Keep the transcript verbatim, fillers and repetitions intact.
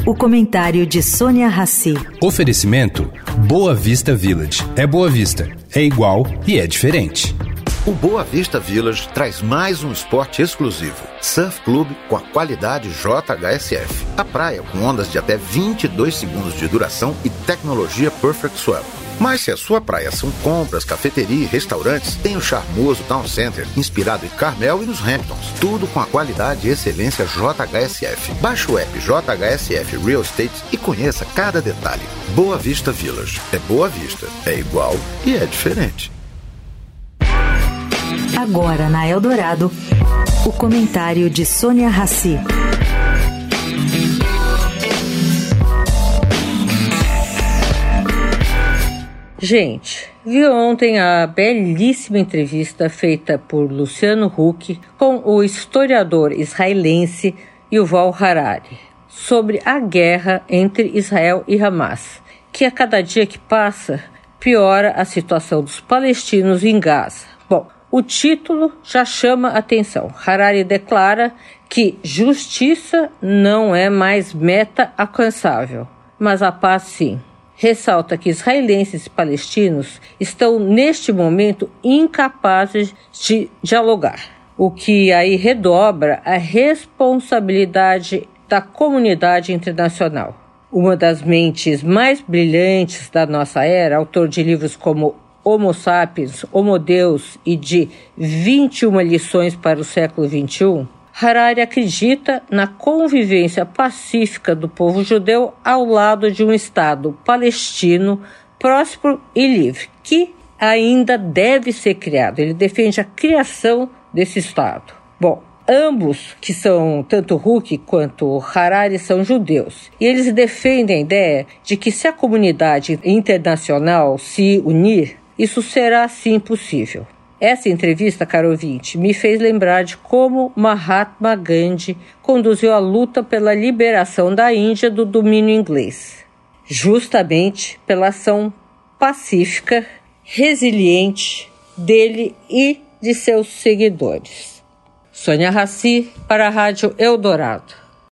O comentário de Sônia Rassi. Oferecimento Boa Vista Village. É Boa Vista, é igual e é diferente. O Boa Vista Village traz mais um esporte exclusivo. Surf Club com a qualidade J H S F. A praia com ondas de até vinte e dois segundos de duração e tecnologia Perfect Swell. Mas se a sua praia são compras, cafeteria e restaurantes, tem o charmoso Town Center, inspirado em Carmel e nos Hamptons. Tudo com a qualidade e excelência J H S F. Baixe o app J H S F Real Estate e conheça cada detalhe. Boa Vista Village. É Boa Vista, é igual e é diferente. Agora na Eldorado, o comentário de Sônia Rassi. Gente, vi ontem a belíssima entrevista feita por Luciano Huck com o historiador israelense Yuval Harari sobre a guerra entre Israel e Hamas, que a cada dia que passa piora a situação dos palestinos em Gaza. Bom, o título já chama atenção. Harari declara que justiça não é mais meta alcançável, mas a paz sim. Ressalta que israelenses e palestinos estão, neste momento, incapazes de dialogar, o que aí redobra a responsabilidade da comunidade internacional. Uma das mentes mais brilhantes da nossa era, autor de livros como Homo Sapiens, Homo Deus e de vinte e uma lições para o século vinte e um, Harari acredita na convivência pacífica do povo judeu ao lado de um Estado palestino próspero e livre, que ainda deve ser criado. Ele defende a criação desse Estado. Bom, ambos, que são tanto Huck quanto Harari, são judeus. E eles defendem a ideia de que se a comunidade internacional se unir, isso será sim possível. Essa entrevista, caro ouvinte, me fez lembrar de como Mahatma Gandhi conduziu a luta pela liberação da Índia do domínio inglês, justamente pela ação pacífica, resiliente dele e de seus seguidores. Sônia Rassi, para a Rádio Eldorado.